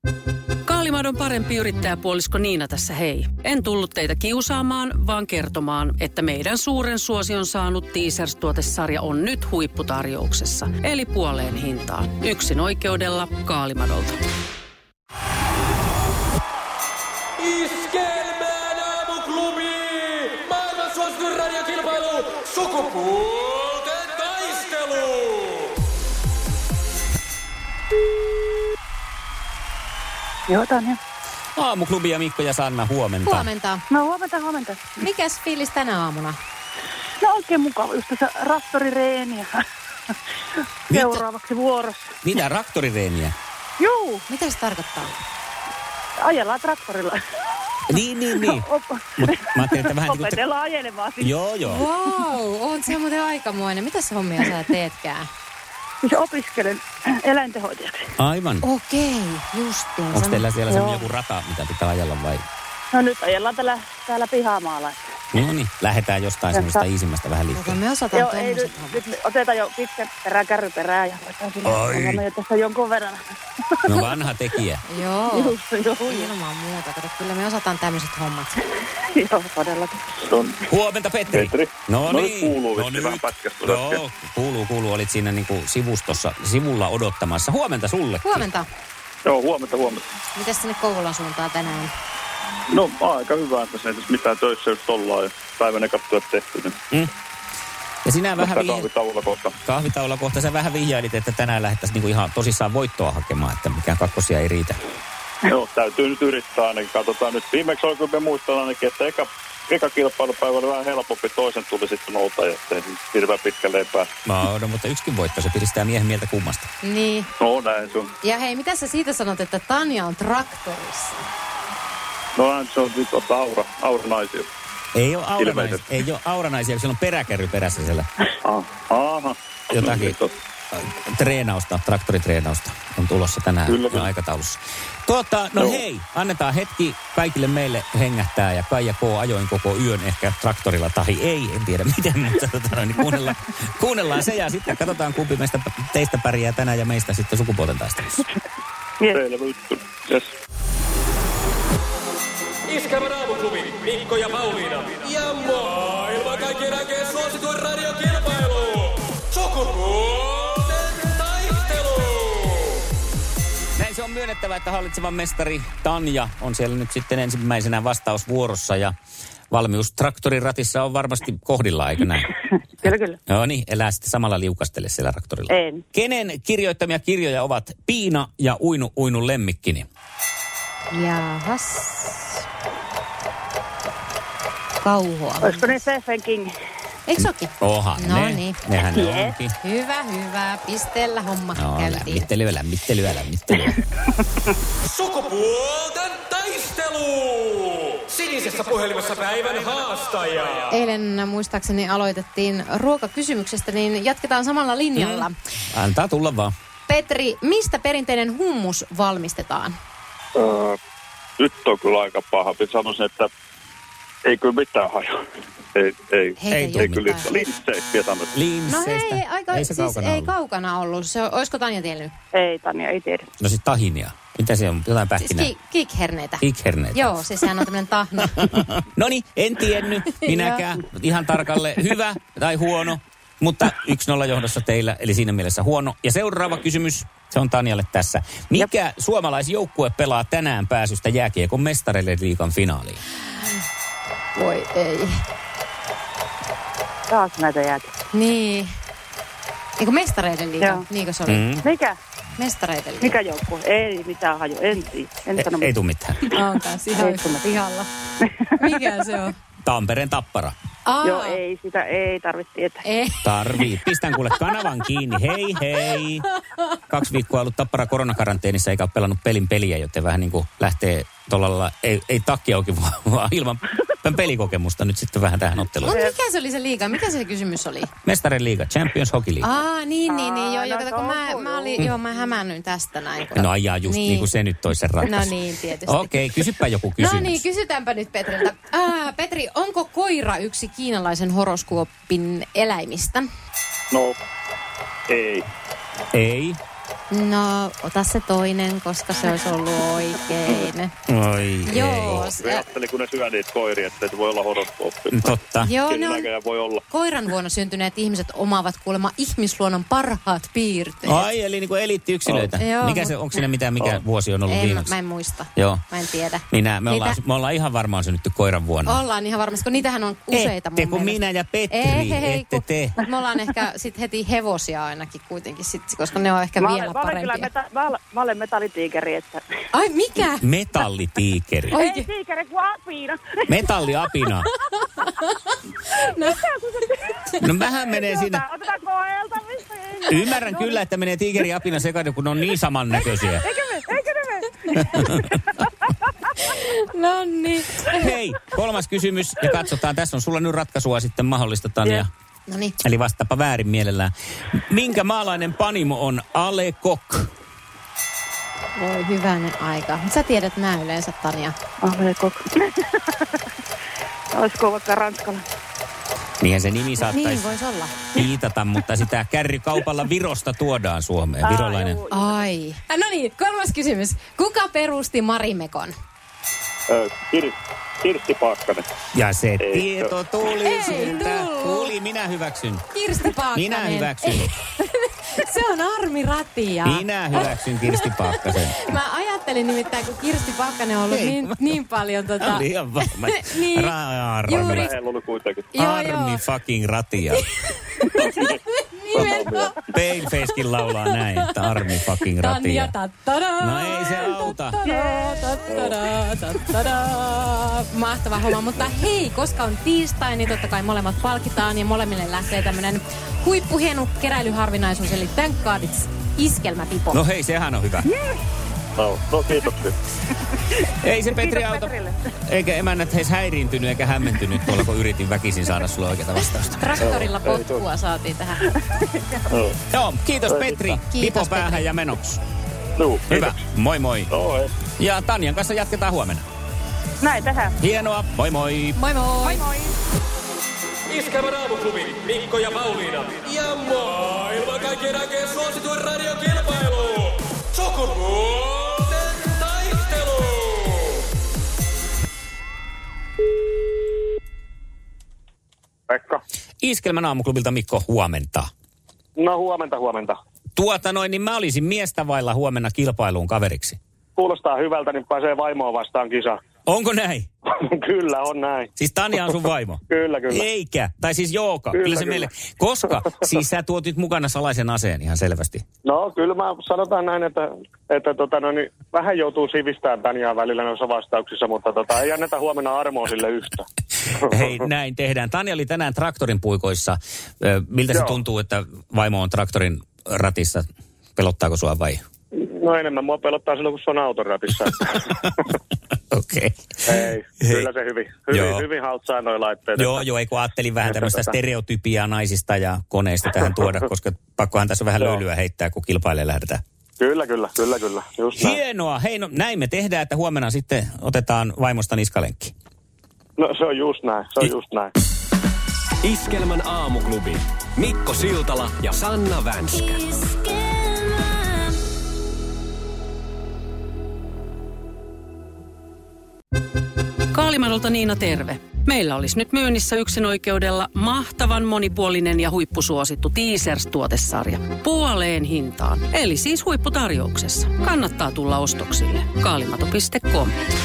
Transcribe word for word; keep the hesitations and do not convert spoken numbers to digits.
Kaalimadon parempi yrittäjäpuolisko Niina tässä hei. En tullut teitä kiusaamaan, vaan kertomaan, että meidän suuren suosion saanut Teasers-tuotesarja on nyt huipputarjouksessa. Eli puoleen hintaan. Yksin oikeudella Kaalimadolta. Iskelmään aamuklubi! Maailman suosituin radiokilpailu! Sukupuolten taistelu! Joo, Tanja. Aamuklubi ja Mikko ja Sanna, huomenta. Huomenta. No huomenta, huomenta. Mikäs fiilis tänä aamuna? No oikein mukava, just tässä traktorireeniä. Seuraavaksi vuorossa. Mitä, traktorireeniä? Juu, Mitä se tarkoittaa? ajellaan traktorilla. Niin, niin, niin. Op- Mut mä ajattelin, että vähän niin kuin... Opetellaan ajelemaan siis. Joo, joo. Wow, on se muuten aikamoinen. Mitäs hommia sä teetkään? Siis opiskelen eläintenhoitajaksi. Aivan. Okei, justiin. Onko teillä siellä semmoinen Joo. joku rata, mitä pitää ajella vai? No nyt ajellaan täällä, täällä pihamaalla. No niin, lähdetään jostain semmoista iisimmästä vähän Okei, liikkeelle. me osataan Joo, ei nyt, tommoset hommat. nyt me otetaan jo pitkä perä, kärryperää ja laitetaan sinne. Ai. Ollaan jo tässä jonkun verran. No vanha tekijä. Joo, Just, joo, ilman muuta. Kato, kyllä me osataan tämmöiset hommat. joo, todellakin. Huomenta, Petri. Petri. No, No niin. nyt kuuluu vissiin vähän pätkästä Joo, äsken. kuuluu, kuuluu. Olit siinä niinku sivustossa, sivulla odottamassa. Huomenta sulle. Huomenta. Joo, huomenta, huomenta. Mitäs sinne Kouvolan suuntaan tänään? No aika hyvä, että se ei tässä mitään töissä just ollaan ja päivänä katsoa tehty. Niin Mm. Ja sinä vähän vähän vih... kahvitauolla kohta. kahvitaululla kohta sä vähän vihjailit, että tänään lähdettäisiin niinku ihan tosissaan voittoa hakemaan, että mikään kakkosia ei riitä. Joo, täytyy nyt yrittää ainakin. Katsotaan nyt. Viimeksi oikein me muistan ainakin, että eka, eka kilpailupäivä oli vähän helpompi. Toisen tuli sitten nouta ja ettei hirveän pitkälle epää. No, no, mutta yksikin voitto, se piristää miehen mieltä kummasta. Niin. No näin se on. Ja hei, mitä sä siitä sanot, että Tanja on traktorissa? No näin se on nyt ottaa aura, auranaisia. Ei ole auranaisia, Ilmeisesti. ei ole auranaisia, kun siellä on peräkärry perässä siellä. Ah, aha. Jotakin No, treenausta, traktoritreenausta on tulossa tänään Kyllä, jo kyllä. aikataulussa. Tuota, no Joo. hei, annetaan hetki kaikille meille hengähtää ja Kaija K. ajoin koko yön ehkä traktorilla tai ei, en tiedä miten, mutta tota, niin kuunnellaan, kuunnellaan se ja sitten katsotaan kumpi meistä teistä pärjää tänään ja meistä sitten sukupuolten taistelussa. Selvä juttu. Yes. Iskelmän aamuklubi, Mikko ja Pauliina. Ja maailman kaikkien aikeen suosituin radiokilpailu. Sukupuolten taistelu. Näin se on myönnettävä, että hallitsevan mestari Tanja on siellä nyt sitten ensimmäisenä vastausvuorossa ja valmius traktorin ratissa on varmasti kohdillaan, eikö näin? Kyllä, kyllä. No niin, elää sitten samalla liukastele siellä traktorilla. En. Kenen kirjoittamia kirjoja ovat Piina ja Uinu Uinun lemmikkini? Jahas. Kauhua. Olisiko ne Stephen King? Eikö sokin? Oha, No ne. niin. Nehän ne Yes. onkin. Hyvä, hyvä. Pisteellä hommat No, käytiin. lämmittelyä, lämmittelyä, lämmittelyä. Sukupuolten taistelu. Sinisessä puhelimessa päivän haastaja. Eilen muistaakseni aloitettiin ruokakysymyksestä, niin jatketaan samalla linjalla. Mm. Antaa tulla vaan. Petri, mistä perinteinen hummus valmistetaan? Öö, nyt on kyllä aika paha. Sanoisin, että ei kyllä mitään haju. Ei, ei, Heitä Ei ei tuu ei kyllä mitään. linsseissä sanoa. No Linsseistä. hei, aika, ei se siis kaukana ei ollut. kaukana ollut. Se, olisiko Tanja tiennyt? Ei, Tanja, ei tiedä. No sit tahinia. Mitä se on? Jotain Siis pähkinää? ki- kikherneitä. Kikherneitä. Joo, siis sehän on tämmöinen tahna. No niin, en tiennyt minäkään. Ihan tarkalle hyvä tai huono, mutta yksi nolla johdossa teillä, eli siinä mielessä huono. Ja seuraava kysymys, se on Tanjalle tässä. Mikä suomalaisjoukkue pelaa tänään pääsystä jääkiekon mestareille liigan finaaliin? Voi ei. Taas näitä jäätä. Niin. Eikö mestareiden liiga? Joo. Niinkö se oli? Mm. Mikä? Mestareiden liiga. Mikä joukkue? Ei mitään haju. En tiedä. En sano Ei, ei tule mitään. On kanssa ihan yhtä pihalla. Mikä se on? Tampereen Tappara. Aa, Joo, ei sitä, ei tarvitse tietää. ei. Tarvii. Pistän kuule kanavan kiinni. Hei hei. Kaksi viikkoa ollut Tappara koronakaranteenissa eikä ole pelannut pelin peliä, joten vähän niin kuin lähtee tuolla lailla, ei, ei takki auki, vaan, vaan ilman pelikokemusta nyt sitten vähän tähän otteluun. Mutta mikä se oli se liiga? Mikä se kysymys oli? Mestarien liiga, Champions Hockey League. Aa, niin, niin, niin. Joo, Aa, joo, no kato, kun mä, touko, mä olin, joo, mä hämäännyin tästä näin. kun- No ajaa just niin, niin kuin se nyt olisi se ratkaisu. No niin, tietysti. Okei, okay, kysypä joku kysymys. No niin, kysytäänpä nyt Petriltä. Ää, Petri, onko koira yksi kiinalaisen horoskoopin eläimistä? No, ei. Ei. No, ota se toinen, koska se olisi ollut oikein. Oi Joo. Se ajattelin, kun ne syö niitä koiria, että se voi olla horoskooppi. Totta. Joo, ne on voi olla. koiran vuonna syntyneet ihmiset omaavat kuulemma ihmisluonnon parhaat piirteet. Ai, eli niinku eliittiyksilöitä. Oh. Mikä Joo, se, mut- onko siinä mitään, mikä Oh. vuosi on ollut En, viimeksi? mä en muista. Joo. Mä en tiedä. Minä, me, ollaan, Niitä- me ollaan ihan varmaan synnytty koiran vuonna. Ollaan ihan varmasti, kun niitähän on useita Ette, mun kun mielestä. minä ja Petri, Ei, hei, hei, ette kun- te. mut me ollaan ehkä sit heti hevosia ainakin kuitenkin, sit, koska ne on ehkä Mä vielä olen, mä olen kyllä parempia. meta, mä olen, mä olen metallitiikeri, että... Ai mikä? Metallitiikeri. Ei Oikein. tiikeri, kun apiina. Metalliapina. No mähän menee siinä. Otetaan koelta, missä ei. Ymmärrän kyllä, että menee tiikeriapina sekaisin, kun ne on niin samannäköisiä. Eikö me, eikö ne me? No niin. Hei, kolmas kysymys ja katsotaan. Tässä on sulla nyt ratkaisua sitten mahdollista, Tanja. No niin. Eli vastaapa väärin mielellään. Minkä maalainen panimo on Ale Kok? Voi hyvänen aika. Sä tiedät nää yleensä, Tanja. Ale koko. Olisiko vaikka ranskala? Niinhän se nimi saattaisi Niin voisi olla. viitata, mutta sitä kärrykaupalla Virosta tuodaan Suomeen. Virolainen. Ai. Äh, no niin, kolmas kysymys. Kuka perusti Marimekon? Ö, Kir, Kirsti Paakkanen. Ja se Eikö? tieto tuli Ei siltä. tullut. Tuli, minä hyväksyn. Kirsti Paakkanen. Minä hyväksyn. Se on Armi Ratia. Minä hyväksyn Kirsti Paakkasen. Mä ajattelin nimittäin, kun Kirsti Paakkanen on ollut Ei, niin, mä- niin paljon tota... Oli ihan varma. Niin, Ra- juuri. Armi, Lähellä oli kuitenkin. Joo, Armi joo. fucking Ratia. Nimenomaan. Palefacekin laulaa näin, että Armi fucking Tanja, Ratia. tattara, No ei se auta. tattara, tattara, tattara. Mahtava homma, mutta hei, koska on tiistai, niin totta kai molemmat palkitaan ja molemmille lähtee tämmönen huippuhieno keräilyharvinaisuus, eli Thank God It's iskelmäpipo. No hei, sehän on hyvä. No, no kiitoksia. Ei se Petri Kiitos auta. Petrille. Eikä emännät heis häiriintynyt eikä hämmentynyt tuolla, kun yritin väkisin saada sulle oikeata vastausta. Traktorilla Joo, ei potkua saatiin tähän. No, Joo, kiitos Petri. Kiitos, Pipo päähän Petri. ja menoksi. no, Hyvä, moi moi. No, ei. Ja Tanjan kanssa jatketaan huomenna. Näin tehdään. Hienoa, moi moi. Moi moi! Moi moi. Iskelmän aamuklubi, Mikko ja Pauliina. Ja maailman kaikkien aikeen suosituen radiokilpailu. Sukupuolten taistelu. Pekka. Iskelmän aamuklubilta Mikko, huomenta. No huomenta, huomenta. Tuota noin, niin mä olisin miestä vailla huomenna kilpailuun kaveriksi. Kuulostaa hyvältä, niin pääsee vaimoa vastaan kisa. Onko näin? Kyllä, on näin. Siis Tanja on sun vaimo? Kyllä, kyllä. Eikä. Tai siis Jooka. Kyllä, Kyllä se kyllä. meille. Koska siis sä tuot nyt mukana salaisen aseen ihan selvästi. No kyllä mä sanotaan näin, että, että tota, no, niin, vähän joutuu sivistämään Tanjaa välillä noissa vastauksissa, mutta tota, ei anneta huomenna armoa sille yhtä. Hei, näin tehdään. Tanja oli tänään traktorin puikoissa. Ö, Miltä se Joo. tuntuu, että vaimo on traktorin ratissa? Pelottaako sua vai? No enemmän mua pelottaa silloin, kun se on auton ratissa. Okei. Ei, kyllä se hyvin, Joo. hyvin, hyvin haltsaa noi laitteet. Joo, joo, ei kun ajattelin vähän Että tämmöistä tota- stereotypiaa naisista ja koneista tähän tuoda, koska pakkohan tässä vähän Joo. löylyä heittää, kun kilpailee lähdetään. Kyllä, kyllä, kyllä, kyllä. Just näin. Hienoa. Hei, no näin me tehdään, että huomenna sitten otetaan vaimosta niskalenkki. No se on just näin, se on just näin. Iskelmän aamuklubi. Mikko Siltala ja Sanna Vänskä. Kaalimadolta Niina terve. Meillä olisi nyt myynnissä yksinoikeudella mahtavan monipuolinen ja huippusuosittu Teasers-tuotesarja. Puoleen hintaan. Eli siis huipputarjouksessa. Kannattaa tulla ostoksille. kaalimato piste com.